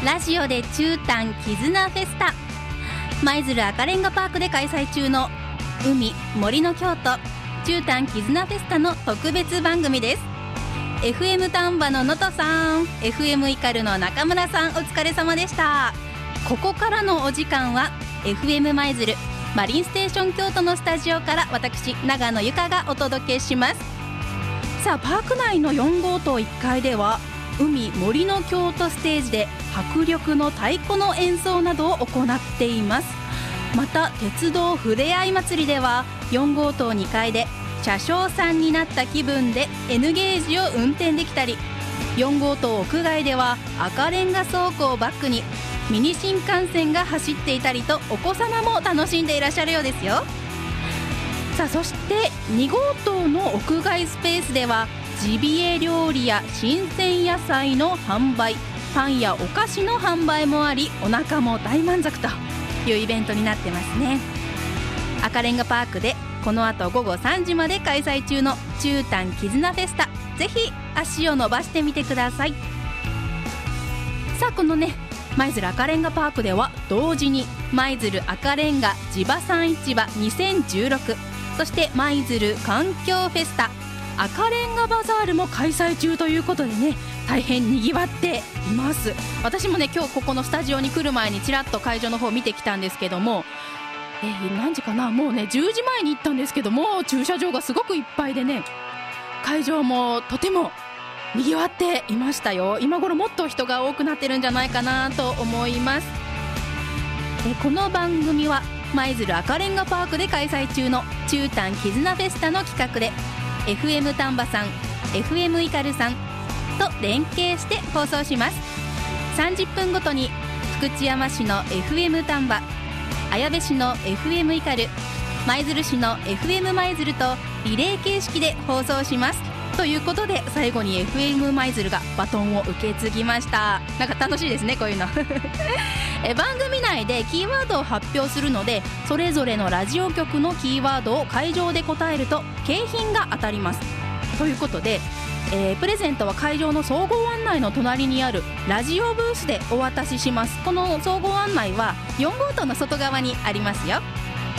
ラジオで中短絆フェスタ、舞鶴赤レンガパークで開催中の海森の京都中短絆フェスタの特別番組です。 FM 丹波の能登さん、 FM イカルの中村さん、お疲れ様でした。ここからのお時間は FM 舞鶴マリンステーション京都のスタジオから私長野由香がお届けします。さあ、パーク内の4号棟1階では海森の京都ステージで迫力の太鼓の演奏などを行っています。また鉄道ふれあい祭りでは4号棟2階で車掌さんになった気分で N ゲージを運転できたり、4号棟屋外では赤レンガ倉庫をバックにミニ新幹線が走っていたりと、お子様も楽しんでいらっしゃるようですよ。さあ、そして2号棟の屋外スペースではジビエ料理や新鮮野菜の販売、パンやお菓子の販売もあり、お腹も大満足というイベントになってますね。赤レンガパークでこの後午後3時まで開催中の中短絆フェスタ、ぜひ足を伸ばしてみてください。さあ、このね舞鶴赤レンガパークでは同時に舞鶴赤レンガ地場産市場2016、そして舞鶴環境フェスタ赤レンガバザールも開催中ということでね、大変にぎわっています。私もね今日ここのスタジオに来る前にちらっと会場の方見てきたんですけども、何時かな、もうね10時前に行ったんですけども、駐車場がすごくいっぱいでね、会場もとてもにぎわっていましたよ。今頃もっと人が多くなってるんじゃないかなと思います。この番組は舞鶴赤レンガパークで開催中の中短絆フェスタの企画で FM 丹波さん FM イカルさんと連携して放送します。30分ごとに福知山市の FM 丹波、綾部市の FM イカル、舞鶴市の FM 舞鶴とリレー形式で放送しますということで、最後に FM 舞鶴がバトンを受け継ぎました。なんか楽しいですね、こういうの番組内でキーワードを発表するので、それぞれのラジオ局のキーワードを会場で答えると景品が当たりますということで、プレゼントは会場の総合案内の隣にあるラジオブースでお渡しします。この総合案内は4号棟の外側にありますよ。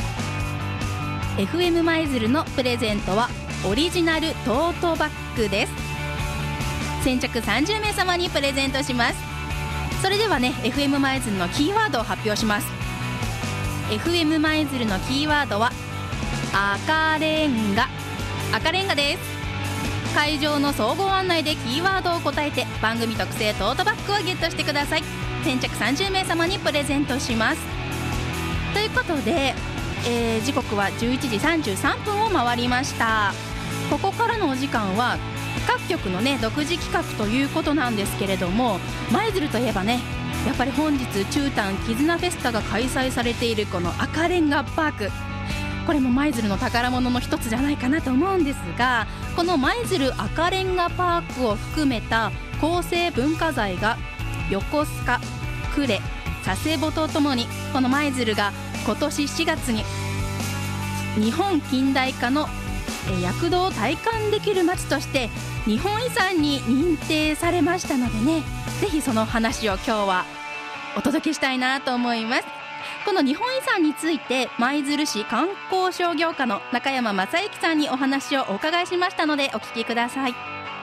FM 舞鶴のプレゼントはオリジナルトートバッグです。先着30名様にプレゼントします。それではね FM 舞鶴のキーワードを発表します。 FM 舞鶴のキーワードは赤レンガ、赤レンガです。会場の総合案内でキーワードを答えて番組特製トートバッグをゲットしてください。先着30名様にプレゼントします。ということで、時刻は11時33分を回りました。ここからのお時間は各局のね独自企画ということなんですけれども、舞鶴といえばねやっぱり本日中短絆フェスタが開催されているこの赤レンガパーク、これも舞鶴の宝物の一つじゃないかなと思うんですが、この舞鶴赤レンガパークを含めた構成文化財が横須賀、呉、佐世保とともにこの舞鶴が今年4月に日本近代化の躍動を体感できる街として日本遺産に認定されましたのでね、ぜひその話を今日はお届けしたいなと思います。この日本遺産について舞鶴市観光商業課の中山正幸さんにお話をお伺いしましたのでお聞きください。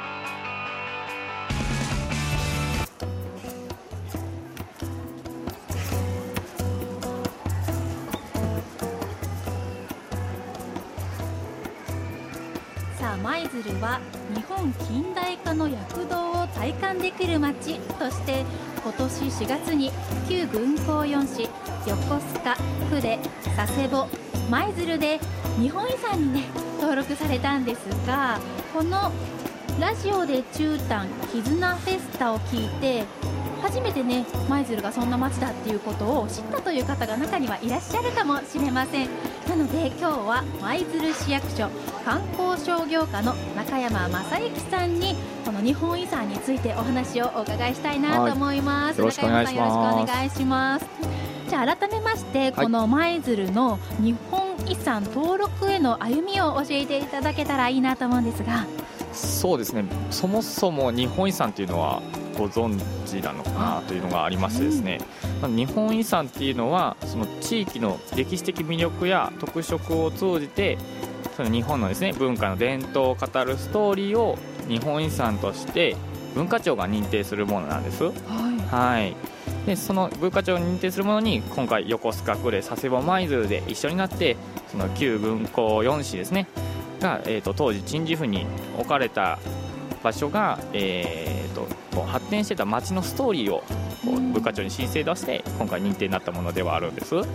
舞鶴は日本近代化の躍動を体感できる街として今年4月に旧軍港4市横須賀、呉、佐世保、舞鶴で日本遺産にね登録されたんですが、このラジオで中短絆フェスタを聞いて初めてね舞鶴がそんな街だっていうことを知ったという方が中にはいらっしゃるかもしれません。なので今日は舞鶴市役所観光商業課の中山正幸さんにこの日本遺産についてお話をお伺いしたいなと思います。中山さんよろしくお願いします。じゃあ改めましてこの舞鶴の日本遺産登録への歩みを教えていただけたらいいなと思うんですが。 そうですね、そもそも日本遺産というのはご存知なのかなというのがありましてですね、日本遺産っていうのはその地域の歴史的魅力や特色を通じてその日本のですね文化の伝統を語るストーリーを日本遺産として文化庁が認定するものなんです。はい、でその文化庁を認定するものに今回横須賀呉佐世保舞鶴で一緒になってその旧軍港4市ですねが、当時鎮守府に置かれた場所が、発展してた町のストーリーを文化庁に申請出して今回認定になったものではあるんです。はい、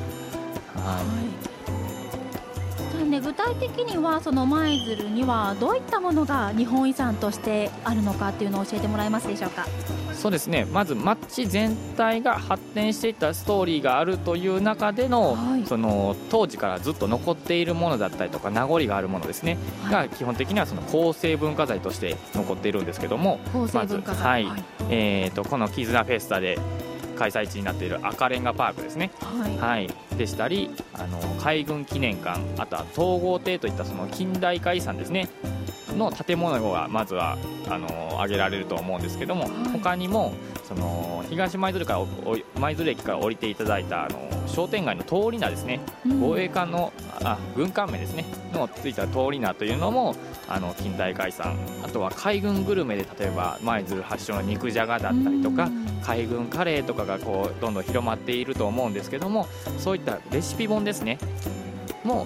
具体的にはその舞鶴にはどういったものが日本遺産としてあるのかっていうのを教えてもらえますでしょうか。 そうですね、まず町全体が発展していったストーリーがあるという中での、その当時からずっと残っているものだったりとか名残があるものですね、が基本的にはその構成文化財として残っているんですけども、 構成文化財、 この絆フェスタで開催地になっている赤レンガパークですね、でしたり海軍記念館、あとは東郷亭といったその近代化遺産ですねの建物がまずは挙げられると思うんですけども、他にもその東舞鶴駅から降りていただいた商店街の通り名ですね、護衛艦の軍艦名ですねのついた通り名というのも近代化遺産、あとは海軍グルメで例えば舞鶴発祥の肉じゃがだったりとか海軍カレーとかがこうどんどん広まっていると思うんですけども、そういったレシピ本ですねも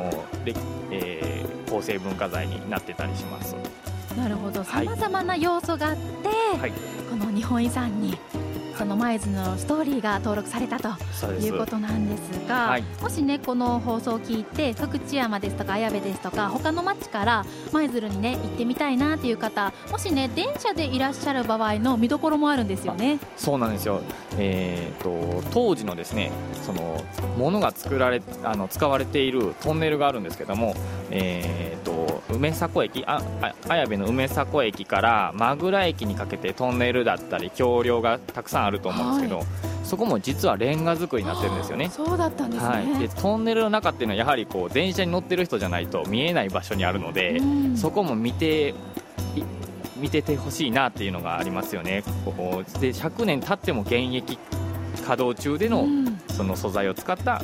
構成文化財になってたりします。 なるほど、さまざまな要素があって、この日本遺産にその舞鶴のストーリーが登録されたということなんですが、もしねこの放送を聞いて福知山ですとか綾部ですとか他の町から舞鶴にね行ってみたいなという方、もしね電車でいらっしゃる場合の見どころもあるんですよね。 そうなんですよ、当時のですねその物が使われているトンネルがあるんですけども、梅迫駅綾部の梅迫駅から名倉駅にかけてトンネルだったり橋梁がたくさんあると思うんですけど、そこも実はレンガ造りになってるんですよね。 そうだったんですね。 でトンネルの中っていうのはやはりこう電車に乗ってる人じゃないと見えない場所にあるので、そこも見ててほしいなっていうのがありますよね。で100年経っても現役稼働中でのその素材を使った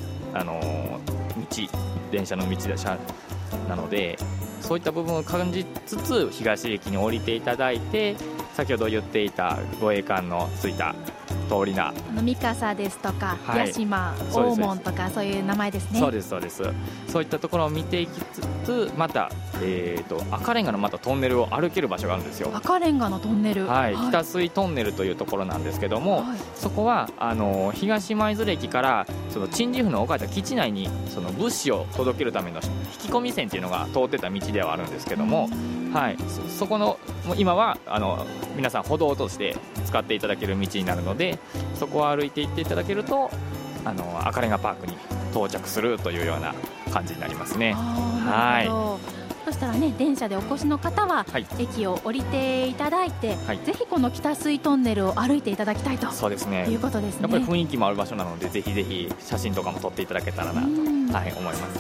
電車の道なので、そういった部分を感じつつ東駅に降りていただいて、先ほど言っていた護衛艦のついた通り名三笠ですとか、屋島、大門とかそういう名前ですね。 そうですそうです。そういったところを見ていきつつ、また、赤レンガのまたトンネルを歩ける場所があるんですよ。 赤レンガのトンネル、 北水トンネルというところなんですけども、そこは東舞鶴駅からその鎮守府の置かれた基地内にその物資を届けるための引き込み線というのが通ってた道ではあるんですけども、そこの今は皆さん歩道として使っていただける道になるので、そこを歩いていっていただけると赤レンガパークに到着するというような感じになりますね。 なるほど。そしたらね電車でお越しの方は、駅を降りていただいて、ぜひこの北水トンネルを歩いていただきたいと。 そうですね、 いうことですね。 やっぱり雰囲気もある場所なので、ぜひぜひ写真とかも撮っていただけたらなと、思います。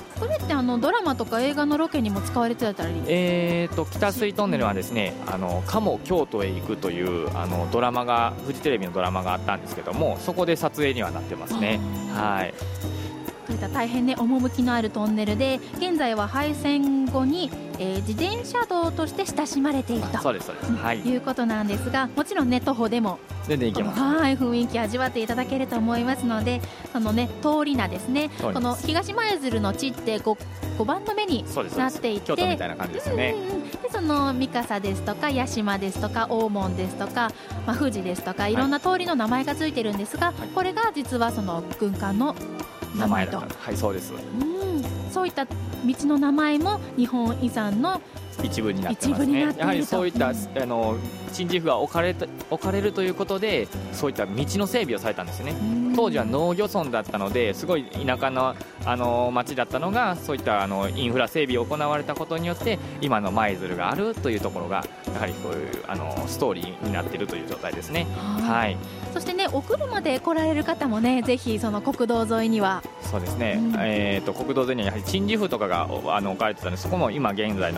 これってドラマとか映画のロケにも使われてたり、 北水トンネルはですね鴨京都へ行くというドラマがフジテレビのドラマがあったんですけども、そこで撮影にはなってますね。 そういった大変ね趣のあるトンネルで、現在は廃線後に、自転車道として親しまれているということなんですが、もちろんね徒歩でも全然行けます。 雰囲気味わっていただけると思いますので、そのね通り名ですね、この東舞鶴の地って 5番の目になっていて、 京都みたいな感じですよね。 でその三笠ですとか屋島ですとか大門ですとか、富士ですとかいろんな通りの名前がついてるんですが、これが実はその軍艦の名前と。 そうです。 そういった道の名前も日本遺産の一部になってますね。やはりそういった鎮守府が置かれるということで、そういった道の整備をされたんですね。当時は農業村だったので、すごい田舎の町だったのが、そういったインフラ整備を行われたことによって今の舞鶴があるというところが、やはりこういうストーリーになっているという状態ですね。 そしてねお車で来られる方もね、ぜひその国道沿いには。 そうですね、国道沿いにはやはり鎮守府とかが置かれてたので、そこも今現在の舞鶴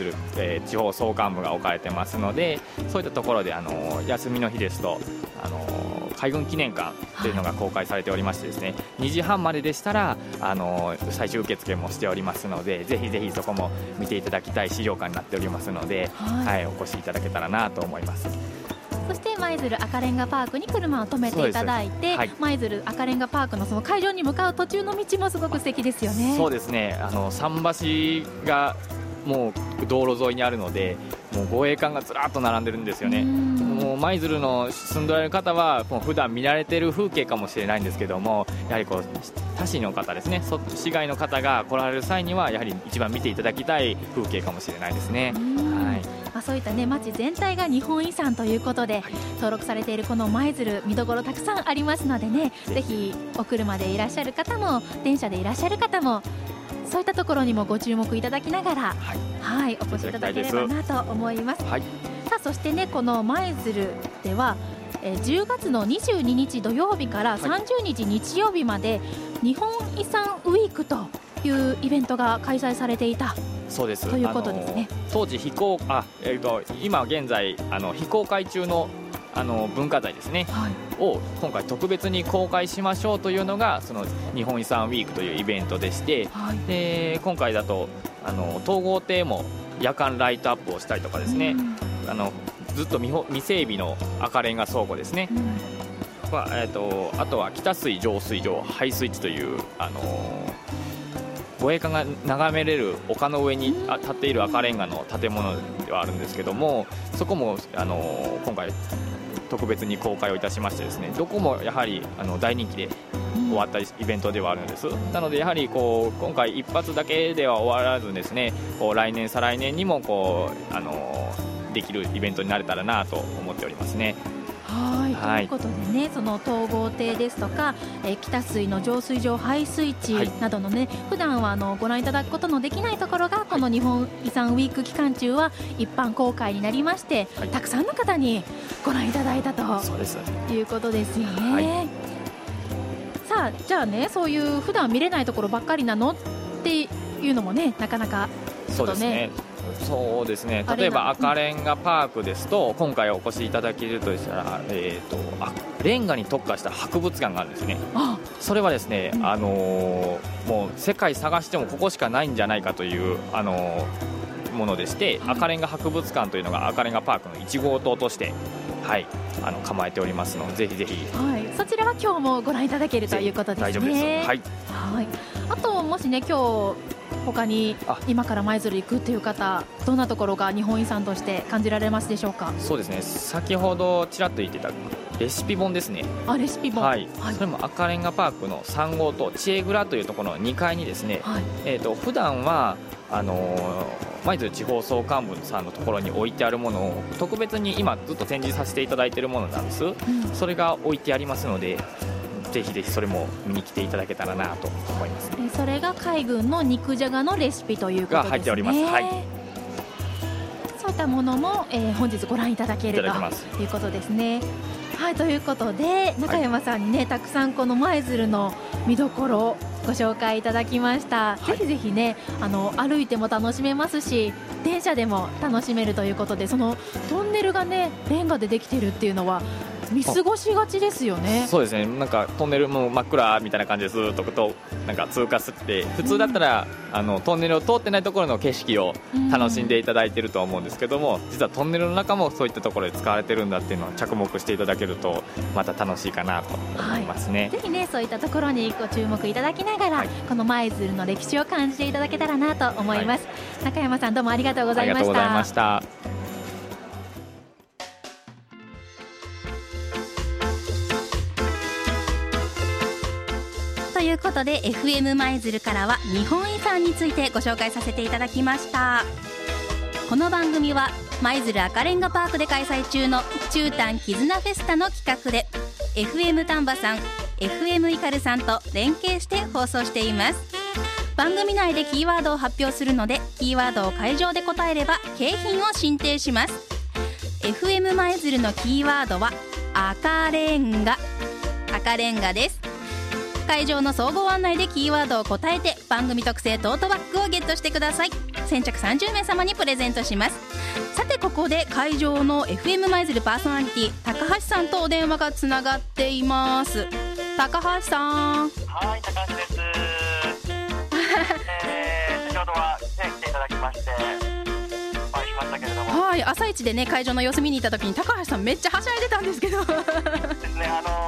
鶴、地方総監部が置かれてますので、そういったところで休みの日ですと海軍記念館というのが公開されておりましてですね、2時半まででしたら最終受付もしておりますので、ぜひぜひそこも見ていただきたい資料館になっておりますので、お越しいただけたらなと思います。 そして舞鶴赤レンガパークに車を止めていただいて、舞鶴赤レンガパークのその会場に向かう途中の道もすごく素敵ですよね。 そうですね、桟橋がもう道路沿いにあるので、もう護衛艦がずらっと並んでるんですよね。もう舞鶴の住んでおられる方はもう普段見られている風景かもしれないんですけども、やはり他市の方ですね、市外の方が来られる際にはやはり一番見ていただきたい風景かもしれないですね。 そういったね、街全体が日本遺産ということで、登録されているこの舞鶴、見どころたくさんありますのでね、ぜひお車でいらっしゃる方も電車でいらっしゃる方もそういったところにもご注目いただきながら、お越しいただければなと思います。さあ、そしてね、この舞鶴では10月の22日土曜日から30日日曜日まで日本遺産ウィークというイベントが開催されていたそうですということですね。 当時今現在非公開中の文化財ですね、を今回特別に公開しましょうというのがその日本遺産ウィークというイベントでして、で今回だと東郷亭も夜間ライトアップをしたりとかですね、ずっと未整備の赤レンガ倉庫ですね、あとは北水浄水場排水池という護衛艦が眺めれる丘の上に立っている赤レンガの建物ではあるんですけども、そこも今回特別に公開をいたしましてですね、どこもやはり大人気で終わったイベントではあるんです。なのでやはり今回一発だけでは終わらずですね、来年再来年にもできるイベントになれたらなと思っておりますね。 ということでね、その東郷亭ですとか、北水の浄水場排水池などのね、普段はご覧いただくことのできないところがこの日本遺産ウィーク期間中は一般公開になりまして、たくさんの方にご覧いただいたということですよね。さあ、じゃあね、そういう普段見れないところばっかりなのっていうのもね、なかなかちょっとね、 そうですね、例えば赤レンガパークですと、今回お越しいただけるとしたら、レンガに特化した博物館があるんですね。それはですね、もう世界探してもここしかないんじゃないかというものでして、赤レンガ博物館というのが赤レンガパークの1号棟として構えておりますので、ぜひぜひ、 そちらは今日もご覧いただけるということですね。 大丈夫です。 あともしね、今日他に今から舞鶴行くという方、どんなところが日本遺産として感じられますでしょうか。 そうですね、先ほどちらっと言ってたレシピ本ですね。 レシピ本、 それも赤レンガパークの3号棟知恵蔵というところの2階にですね、普段は舞鶴地方総監部さんのところに置いてあるものを特別に今ずっと展示させていただいているものなんです。それが置いてありますので、ぜひぜひそれも見に来ていただけたらなと思います。 それが海軍の肉じゃがのレシピということですね。が入っております。そういったものも、本日ご覧いただけるということですね。ということで中山さんにね、たくさんこの舞鶴の見どころをご紹介いただきました。ぜひぜひね、歩いても楽しめますし、電車でも楽しめるということで、そのトンネルがね、レンガでできてるっていうのは見過ごしがちですよね。 そうですね、なんかトンネルも真っ暗みたいな感じでずっとなんか通過して、普通だったらトンネルを通ってないところの景色を楽しんでいただいていると思うんですけども、実はトンネルの中もそういったところで使われてるんだっていうのを着目していただけるとまた楽しいかなと思いますね。 ぜひね、そういったところにご注目いただきながら、この舞鶴の歴史を感じていただけたらなと思います。中山さん、どうもありがとうございました。 ありがとうございました。 ということで FM 舞鶴からは日本遺産についてご紹介させていただきました。この番組は舞鶴赤レンガパークで開催中の中丹絆フェスタの企画で FM 丹波さん FM イカルさんと連携して放送しています。番組内でキーワードを発表するので、キーワードを会場で答えれば景品を進呈します。 FM 舞鶴のキーワードは赤レンガです。会場の総合案内でキーワードを答えて番組特製トートバッグをゲットしてください。 先着30名様にプレゼントします。さてここで会場の FM 舞鶴パーソナリティ高橋さんとお電話がつながっています。高橋さん。 はい、高橋です。先ほどは、来ていただきましてお会いしましたけれども、 はい、朝一でね会場の様子見に行った時に高橋さんめっちゃはしゃいでたんですけどですね、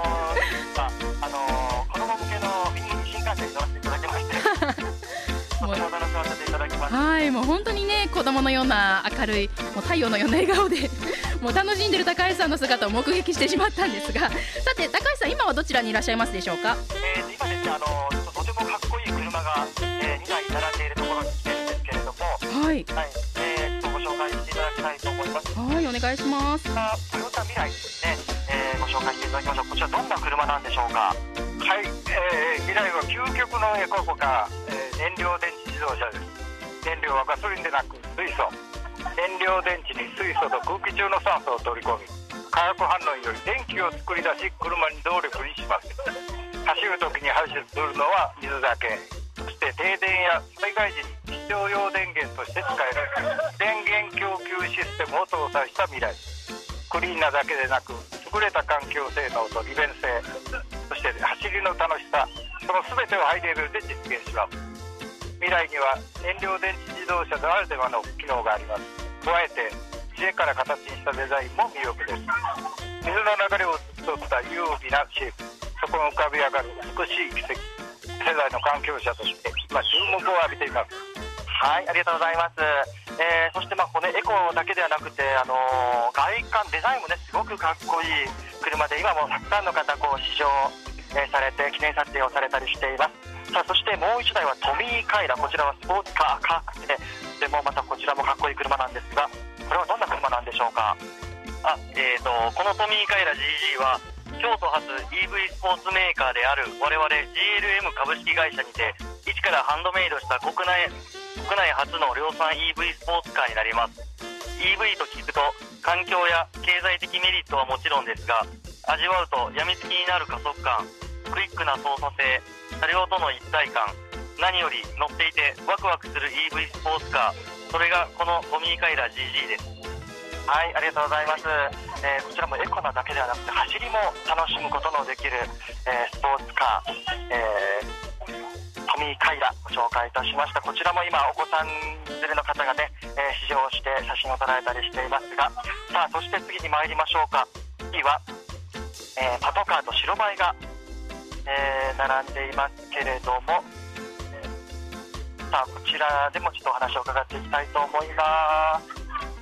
子供向けのミニ新幹線に乗らせていただきましてとても楽しませていただきました。 はい、もう本当にね子供のような明るいもう太陽のような笑顔でもう楽しんでる高橋さんの姿を目撃してしまったんですが、さて高橋さん今はどちらにいらっしゃいますでしょうか？ 今ですね、とてもかっこいい車が、2台並んでいるところに来てるんですけれども、はい、ご紹介していただきたいと思います。 はい、お願いします。 トヨタ未来ですね、ご紹介していただきましょう。こちらどんな車なんでしょうか？はい、未来は究極のエコボカ、燃料電池自動車です。燃料はガソリンでなく水素。燃料電池に水素と空気中の酸素を取り込み、化学反応により電気を作り出し車に動力にします。走るときに排出するのは水だけ。そして停電や災害時に非常用電源として使える電源供給システムを搭載した未来。クリーンなだけでなく優れた環境性能と利便性、そして走りの楽しさ、その全てをハイレベルで実現します。未来には燃料電池自動車ならではの機能があります。加えて知恵から形にしたデザインも魅力です。水の流れを取った優美なシェイプ、そこに浮かび上がる美しい奇跡、世代の環境車として今注目を浴びています。はい、ありがとうございます。そしてこのエコだけではなくて、外観デザインもねすごくかっこいい車で、今もたくさんの方試乗、されて記念撮影をされたりしています。さあ、そしてもう一台はトミーカイラ、こちらはスポーツカー赤くて、でもまたこちらもかっこいい車なんですが、これはどんな車なんでしょうか？ このトミーカイラ GG は京都発 EV スポーツメーカーである我々 GLM 株式会社にて一からハンドメイドした国内初の量産 EV スポーツカーになります。 EV と聞くと環境や経済的メリットはもちろんですが、味わうとやみつきになる加速感、クイックな操作性、車両との一体感、何より乗っていてワクワクする EV スポーツカー、それがこのトミーカイラ GG です。 はい、ありがとうございます。こちらもエコなだけではなくて走りも楽しむことのできる、スポーツカー、トミーカイラご紹介いたしました。こちらも今お子さん連れの方がね、試乗して写真を捉えたりしていますが、さあそして次に参りましょうか。次は、パトカーと白バイが、並んでいますけれども、さあこちらでもちょっとお話を伺っていきたいと思います。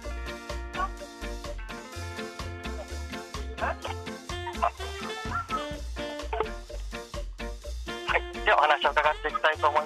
はい、ではお話を伺っていきたいと思います。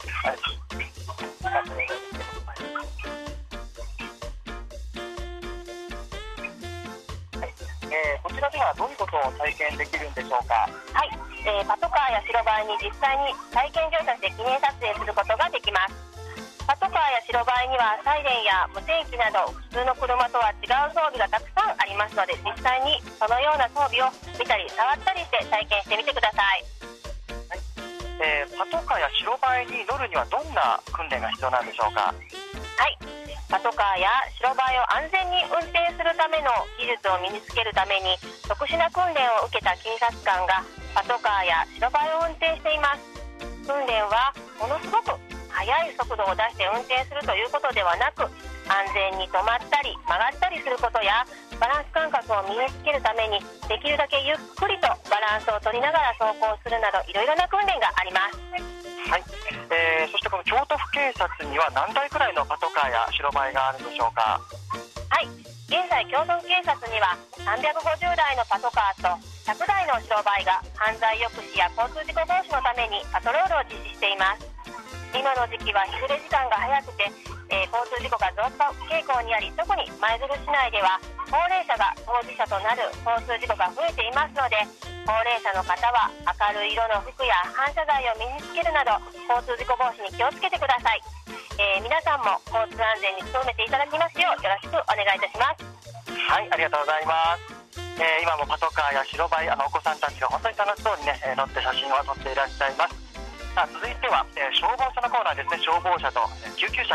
こちらではどういうことを体験できるんでしょうか？ はい、パトカーや白バイに実際に体験乗車して記念撮影することができます。パトカーや白バイにはサイレンや無線機など普通の車とは違う装備がたくさんありますので、実際にそのような装備を見たり触ったりして体験してみてください。 はい、パトカーや白バイに乗るにはどんな訓練が必要なんでしょうか？ はい、パトカーや白バイを安全に運転するための技術を身につけるために特殊な訓練を受けた警察官がパトカーや白バイを運転しています。訓練はものすごく速い速度を出して運転するということではなく、安全に止まったり曲がったりすることやバランス感覚を身につけるためにできるだけゆっくりとバランスを取りながら走行するなどいろいろな訓練があります。 はい、そしてこの京都府警察には何台くらいのパトカーや白バイがあるんでしょうか？ はい、現在京都府警察には350台のパトカーと100台の白バイが犯罪抑止や交通事故防止のためにパトロールを実施しています。今の時期は日暮れ時間が早くて、交通事故が増加傾向にあり、特に舞鶴市内では高齢者が当事者となる交通事故が増えていますので、高齢者の方は明るい色の服や反射材を身につけるなど交通事故防止に気をつけてください。皆さんも交通安全に努めていただきますようよろしくお願いいたします。 はい、ありがとうございます。今もパトカーや白バイ、お子さんたちが本当に楽しそうにね、乗って写真を撮っていらっしゃいます。さあ続いては、消防車のコーナーですね。消防車と救急車が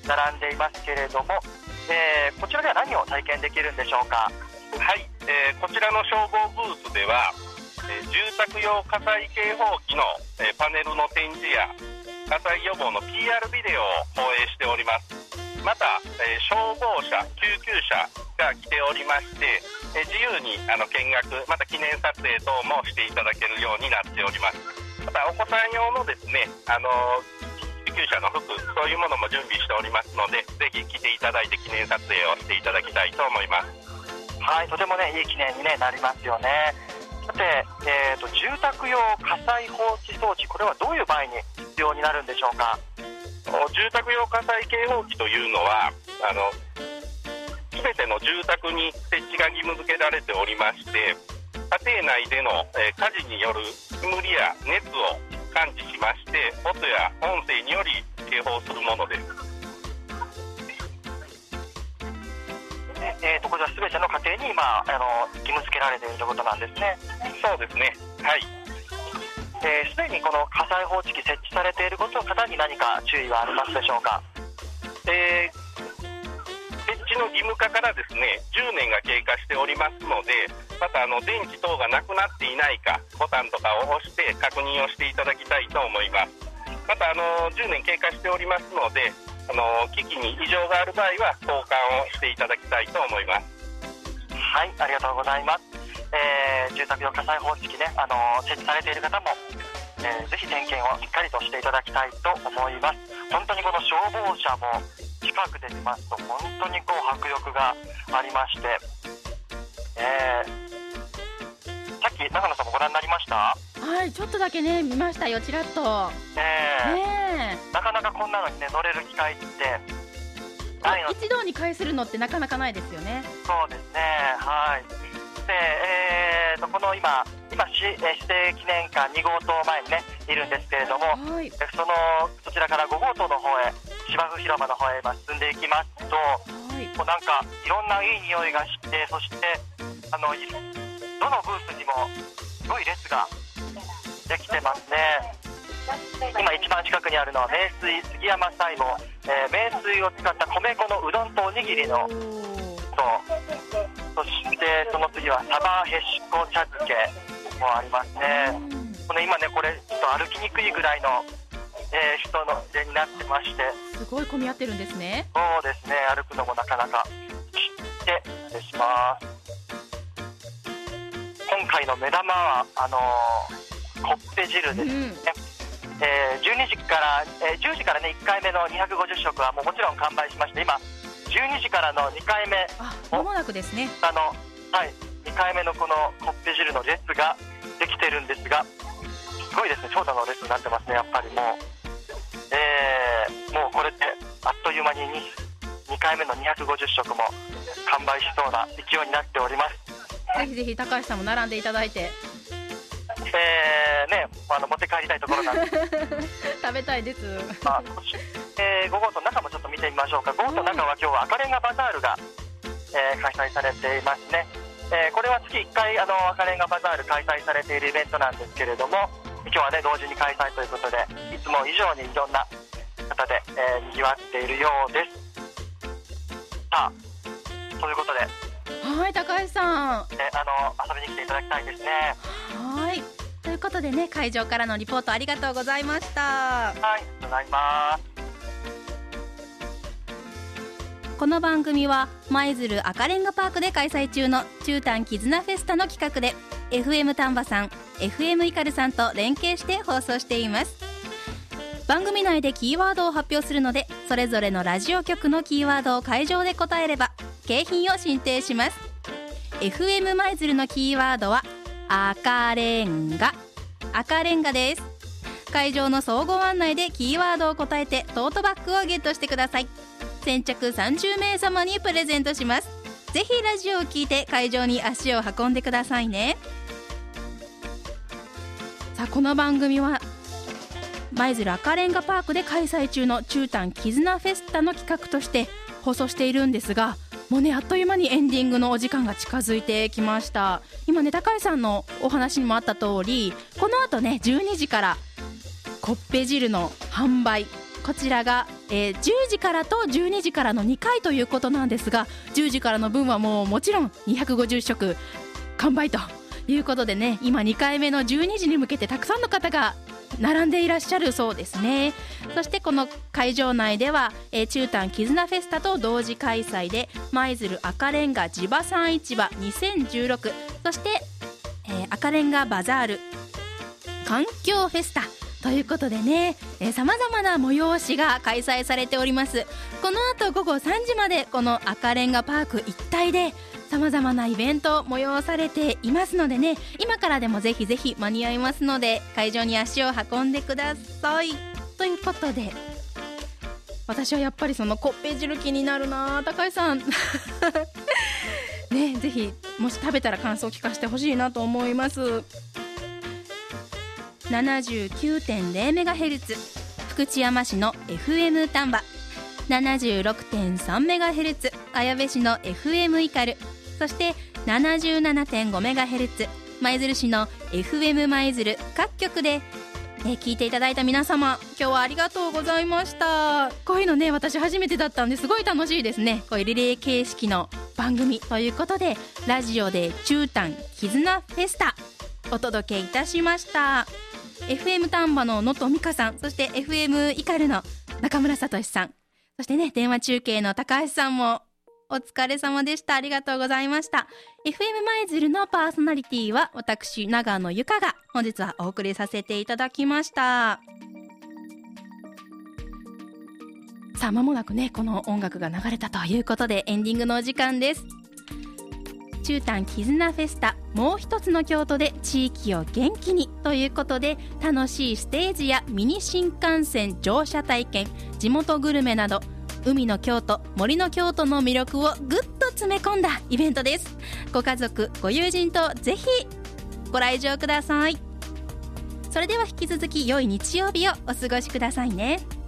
並んでいますけれども、こちらでは何を体験できるんでしょうか。 はい、こちらの消防ブースでは、住宅用火災警報器の、パネルの展示や火災予防の PR ビデオを放映しております。また、消防車、救急車が来ておりまして、自由に見学、また記念撮影等もしていただけるようになっております。またお子さん用のですね、救急車の服、そういうものも準備しておりますので、ぜひ来ていただいて記念撮影をしていただきたいと思います。 はい、とてもね、いい記念に、なりますよね。さて、住宅用火災報知装置、これはどういう場合に必要になるんでしょうか。 住宅用火災警報器というのは、すべての住宅に設置が義務付けられておりまして、家庭内での、火事による煙や熱を感知しまして、音や音声により警報するものです。 これはすべての家庭に今義務付けられているということなんですね。 そうですね。はい。 すでにこの火災報知器設置されている方に何か注意はありますでしょうか。 設置の義務化からですね、10年が経過しておりますので、また電池等がなくなっていないか、ボタンとかを押して確認をしていただきたいと思います。また10年経過しておりますので、機器に異常がある場合は交換をしていただきたいと思います。 はい、ありがとうございます。住宅用火災報知器ね、設置されている方も、ぜひ点検をしっかりとしていただきたいと思います。本当にこの消防車も近くで見ますと本当に迫力がありまして、さっき長野さんもご覧になりました？ はい、ちょっとだけね見ましたよ、ちらっと。 なかなかこんなのにね乗れる機会ってないの。 一堂に会するのってなかなかないですよね。 そうですね。はい。で、この今市政記念館2号棟前にねいるんですけれども、 はい、 そちらから5号棟の方へ、芝生広場の方へ今進んでいきますと、 はい、 もうなんかいろんないい匂いがして、そしてどのブースにもすごい列ができてますね。今一番近くにあるのは名水杉山菜も、名水を使った米粉のうどんとおにぎりのそしてその次はサバへしこ茶漬けもありますね。今ねこれちょっと歩きにくいぐらいの、人の出になってまして、 すごい混み合ってるんですね。 そうですね、歩くのもなかなか。で、失礼します。今回の目玉はコッペ汁ですね。10時からね1回目の250食はもちろん完売しまして、今12時からの2回目、 まもなくですね。 はい、2回目のこのコッペ汁の列ができてるんですが、すごいですね、長蛇の列になってますね。やっぱりもうこれであっという間に2回目の250食も完売しそうな勢いになっております。 ぜひぜひ高橋さんも並んでいただいて、 持って帰りたいところなんです食べたいです。 5号棟中もちょっと見てみましょうか。5号棟中は今日は赤レンガバザールが、開催されていますね。これは月1回赤レンガバザール開催されているイベントなんですけれども、今日はね同時に開催ということで、いつも以上にいろんな方で、にぎわっているようです。さあ、ということで、 はい、高橋さん、 遊びに来ていただきたいですね。 はい、ということでね、会場からのリポートありがとうございました。 はい、ありがとうございます。 この番組は舞鶴赤レンガパークで開催中の中短絆フェスタの企画で FM 丹波さん、FM イカルさんと連携して放送しています。番組内でキーワードを発表するので、それぞれのラジオ局のキーワードを会場で答えれば景品を進呈します。 FM 舞鶴のキーワードは赤レンガです。会場の総合案内でキーワードを答えてトートバッグをゲットしてください。先着30名様にプレゼントします。ぜひラジオを聞いて会場に足を運んでくださいね。さあ、この番組は舞鶴赤レンガパークで開催中の中短絆フェスタの企画として放送しているんですが、もうね、あっという間にエンディングのお時間が近づいてきました。今ね、高井さんのお話にもあった通り、この後ね12時からコッペ汁の販売、こちらが 10時からと12時からの2回ということなんですが、10時からの分はもちろん250食完売ということでね、今2回目の12時に向けてたくさんの方が並んでいらっしゃるそうですね。そしてこの会場内では、中丹絆フェスタと同時開催で舞鶴赤レンガ地場産市場2016、そして、赤レンガバザール環境フェスタということでね、様々な催しが開催されております。この後午後3時までこの赤レンガパーク一帯で様々なイベント催されていますのでね、今からでもぜひぜひ間に合いますので会場に足を運んでください。ということで、私はやっぱりそのコッペ汁気になるな、高橋さんね、ぜひもし食べたら感想を聞かせてほしいなと思います。79.0MHz 福知山市の FM 丹波、 76.3MHz 綾部市の FM イカル、そして 77.5MHz 舞鶴市の FM 舞鶴各局で、聞いていただいた皆様、今日はありがとうございました。こういうのね、私初めてだったんですごい楽しいですね。こういうリレー形式の番組ということで、ラジオで中丹絆フェスタお届けいたしました。 FM 丹波の能登美香さん、そして FM イカルの中村聡さん、そしてね、電話中継の高橋さんもお疲れ様でした。ありがとうございました。 FM 舞鶴のパーソナリティは私長野由香が本日はお送りさせていただきました。さあ、間もなくね、この音楽が流れたということでエンディングのお時間です。中丹絆フェスタ、もう一つの京都で地域を元気にということで、楽しいステージやミニ新幹線乗車体験、地元グルメなど海の京都、森の京都の魅力をぐっと詰め込んだイベントです。ご家族ご友人とぜひご来場ください。それでは引き続き良い日曜日をお過ごしくださいね。